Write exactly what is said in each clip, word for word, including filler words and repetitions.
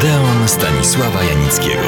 Odeon Stanisława Janickiego.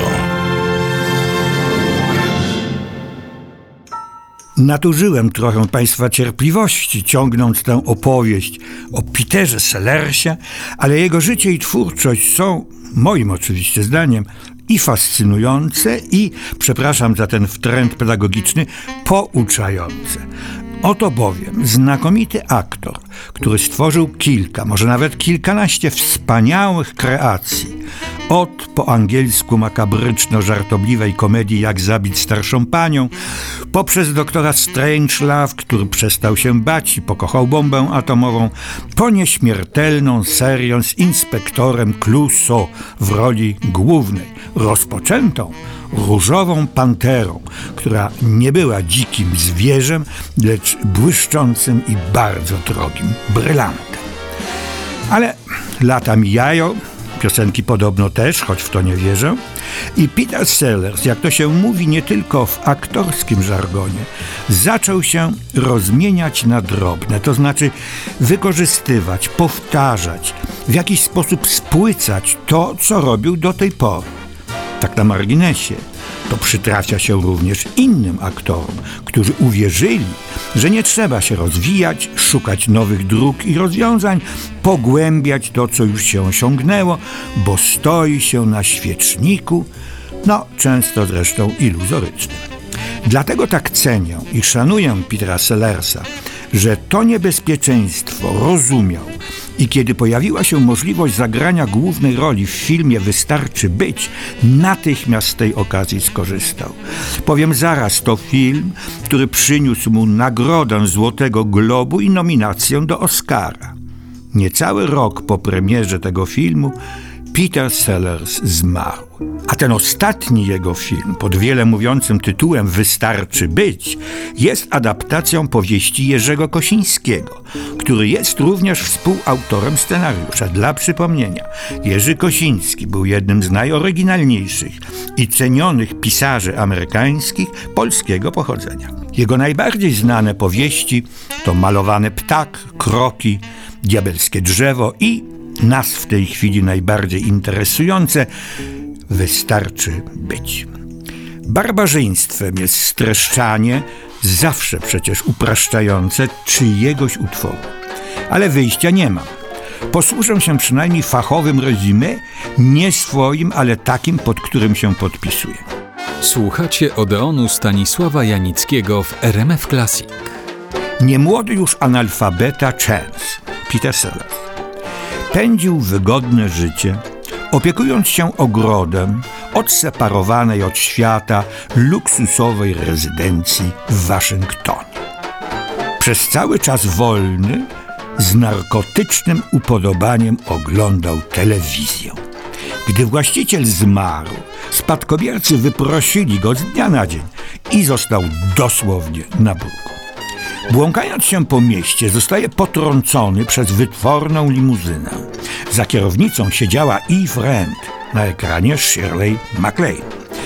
Nadużyłem trochę Państwa cierpliwości, ciągnąc tę opowieść o Peterze Sellersie, ale jego życie i twórczość są, moim oczywiście zdaniem, i fascynujące, i, przepraszam za ten wtręt pedagogiczny, pouczające. Oto bowiem znakomity aktor, który stworzył kilka, może nawet kilkanaście wspaniałych kreacji, od po angielsku makabryczno-żartobliwej komedii Jak zabić starszą panią, poprzez doktora Strangelove, który przestał się bać i pokochał bombę atomową, po nieśmiertelną serię z inspektorem Clouseau w roli głównej, rozpoczętą Różową Panterą, która nie była dzikim zwierzem, lecz błyszczącym i bardzo drogim brylantem. Ale lata mijają, piosenki podobno też, choć w to nie wierzę, i Peter Sellers, jak to się mówi nie tylko w aktorskim żargonie, zaczął się rozmieniać na drobne, to znaczy wykorzystywać, powtarzać, w jakiś sposób spłycać to, co robił do tej pory. Tak na marginesie, to przytrafia się również innym aktorom, którzy uwierzyli, że nie trzeba się rozwijać, szukać nowych dróg i rozwiązań, pogłębiać to, co już się osiągnęło, bo stoi się na świeczniku, no często zresztą iluzorycznym. Dlatego tak cenię i szanuję Petera Sellersa, że to niebezpieczeństwo rozumiał i kiedy pojawiła się możliwość zagrania głównej roli w filmie Wystarczy być, natychmiast z tej okazji skorzystał. Powiem zaraz, to film, który przyniósł mu nagrodę Złotego Globu i nominację do Oscara. Niecały rok po premierze tego filmu Peter Sellers zmarł. A ten ostatni jego film, pod wiele mówiącym tytułem Wystarczy być, jest adaptacją powieści Jerzego Kosińskiego, który jest również współautorem scenariusza. Dla przypomnienia, Jerzy Kosiński był jednym z najoryginalniejszych i cenionych pisarzy amerykańskich polskiego pochodzenia. Jego najbardziej znane powieści to Malowany ptak, Kroki, Diabelskie drzewo i nas w tej chwili najbardziej interesujące Wystarczy być. Barbarzyństwem jest streszczanie, zawsze przecież upraszczające, czyjegoś utworu. Ale wyjścia nie mam. Posłużę się przynajmniej fachowym resumé, nie swoim, ale takim, pod którym się podpisuję. Słuchacie Odeonu Stanisława Janickiego w R M F Classic. Niemłody już analfabeta Chance, Peter Sellers, pędził wygodne życie, opiekując się ogrodem odseparowanej od świata luksusowej rezydencji w Waszyngtonie. Przez cały czas wolny z narkotycznym upodobaniem oglądał telewizję. Gdy właściciel zmarł, spadkobiercy wyprosili go z dnia na dzień i został dosłownie na bruku. Błąkając się po mieście, zostaje potrącony przez wytworną limuzynę. Za kierownicą siedziała Eve Rand, na ekranie Shirley MacLaine,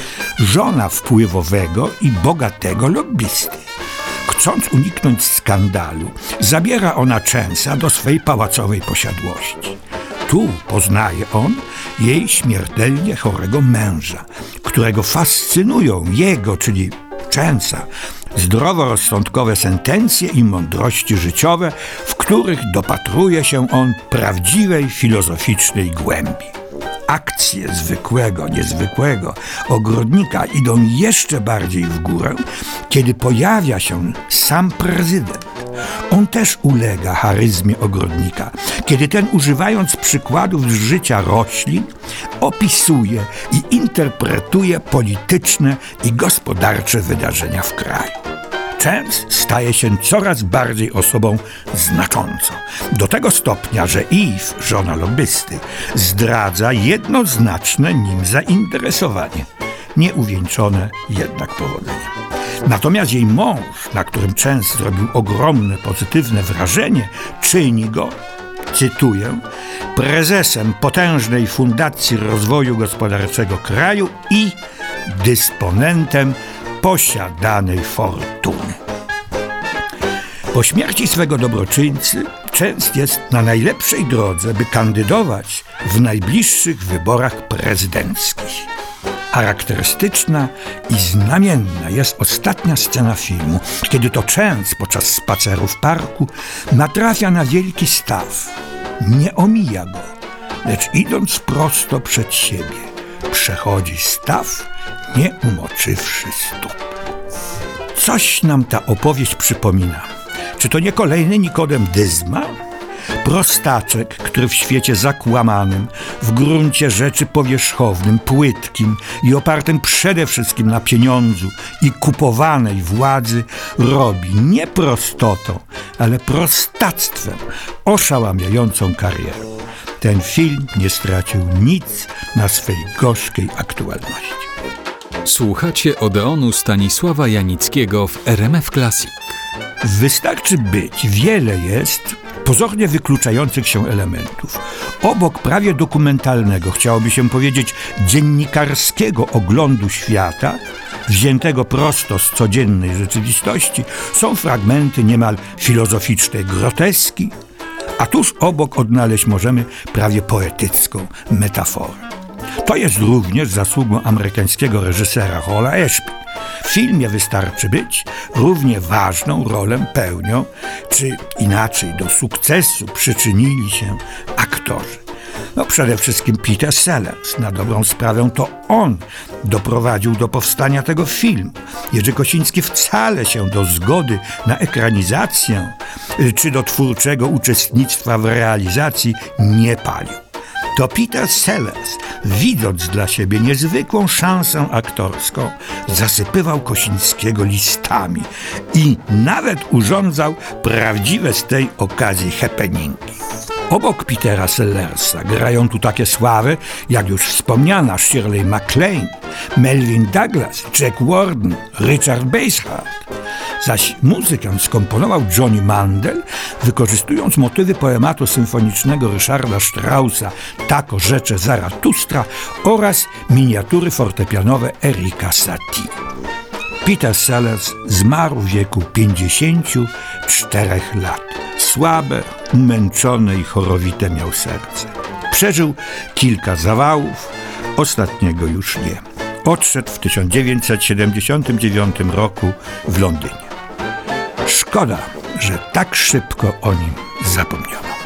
żona wpływowego i bogatego lobbysty. Chcąc uniknąć skandalu, zabiera ona Chance'a do swej pałacowej posiadłości. Tu poznaje on jej śmiertelnie chorego męża, którego fascynują jego, czyli Chance'a, zdroworozsądkowe sentencje i mądrości życiowe, w których dopatruje się on prawdziwej filozoficznej głębi. Akcje zwykłego, niezwykłego ogrodnika idą jeszcze bardziej w górę, kiedy pojawia się sam prezydent. On też ulega charyzmie ogrodnika, kiedy ten, używając przykładów z życia roślin, opisuje i interpretuje polityczne i gospodarcze wydarzenia w kraju. Chance staje się coraz bardziej osobą znaczącą. Do tego stopnia, że Eve, żona lobbysty, zdradza jednoznaczne nim zainteresowanie. Nieuwieńczone jednak powodzeniem. Natomiast jej mąż, na którym Chance zrobił ogromne pozytywne wrażenie, czyni go, cytuję, prezesem potężnej fundacji rozwoju gospodarczego kraju i dysponentem posiadanej fortuny. Po śmierci swego dobroczyńcy częst jest na najlepszej drodze, by kandydować w najbliższych wyborach prezydenckich. Charakterystyczna i znamienna jest ostatnia scena filmu, kiedy to Chance podczas spaceru w parku natrafia na wielki staw. Nie omija go, lecz idąc prosto przed siebie, przechodzi staw, nie umoczywszy stóp. Coś nam ta opowieść przypomina. Czy to nie kolejny Nikodem Dyzma? Prostaczek, który w świecie zakłamanym, w gruncie rzeczy powierzchownym, płytkim i opartym przede wszystkim na pieniądzu i kupowanej władzy robi nie prostotą, ale prostactwem oszałamiającą karierę. Ten film nie stracił nic na swej gorzkiej aktualności. Słuchacie Odeonu Stanisława Janickiego w R M F Classic. Wystarczy być, wiele jest pozornie wykluczających się elementów. Obok prawie dokumentalnego, chciałoby się powiedzieć dziennikarskiego oglądu świata, wziętego prosto z codziennej rzeczywistości, są fragmenty niemal filozoficznej groteski, a tuż obok odnaleźć możemy prawie poetycką metaforę. To jest również zasługą amerykańskiego reżysera Halla Ashby. W filmie Wystarczy być równie ważną rolę pełnią, czy inaczej do sukcesu przyczynili się aktorzy. No przede wszystkim Peter Sellers. Na dobrą sprawę to on doprowadził do powstania tego filmu. Jerzy Kosiński wcale się do zgody na ekranizację czy do twórczego uczestnictwa w realizacji nie palił. To Peter Sellers, widząc dla siebie niezwykłą szansę aktorską, zasypywał Kosińskiego listami i nawet urządzał prawdziwe z tej okazji happeningi. Obok Petera Sellersa grają tu takie sławy, jak już wspomniana Shirley MacLaine, Melvyn Douglas, Jack Warden, Richard Basehart. Zaś muzykę skomponował Johnny Mandel, wykorzystując motywy poematu symfonicznego Ryszarda Straussa Tako rzecze Zaratustra oraz miniatury fortepianowe Erika Satie. Peter Sellers zmarł w wieku pięćdziesięciu czterech lat. Słabe, umęczone i chorowite miał serce. Przeżył kilka zawałów, ostatniego już nie. Odszedł w tysiąc dziewięćset siedemdziesiątym dziewiątym roku w Londynie. Szkoda, że tak szybko o nim zapomniano.